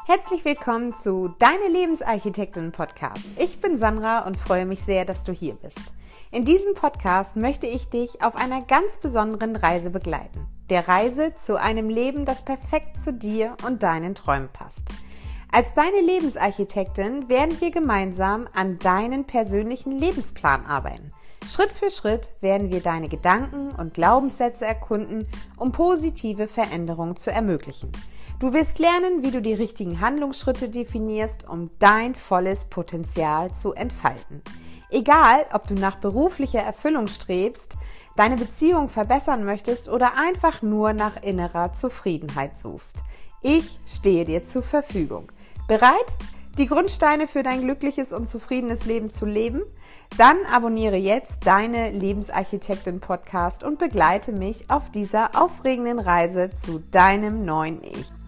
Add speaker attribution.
Speaker 1: Herzlich willkommen zu Deine Lebensarchitektin Podcast. Ich bin Sandra und freue mich sehr, dass du hier bist. In diesem Podcast möchte ich dich auf einer ganz besonderen Reise begleiten. Der Reise zu einem Leben, das perfekt zu dir und deinen Träumen passt. Als deine Lebensarchitektin werden wir gemeinsam an deinen persönlichen Lebensplan arbeiten. Schritt für Schritt werden wir deine Gedanken und Glaubenssätze erkunden, um positive Veränderungen zu ermöglichen. Du wirst lernen, wie du die richtigen Handlungsschritte definierst, um dein volles Potenzial zu entfalten. Egal, ob du nach beruflicher Erfüllung strebst, deine Beziehung verbessern möchtest oder einfach nur nach innerer Zufriedenheit suchst. Ich stehe dir zur Verfügung. Bereit, die Grundsteine für dein glückliches und zufriedenes Leben zu leben? Dann abonniere jetzt Deine Lebensarchitektin Podcast und begleite mich auf dieser aufregenden Reise zu deinem neuen Ich.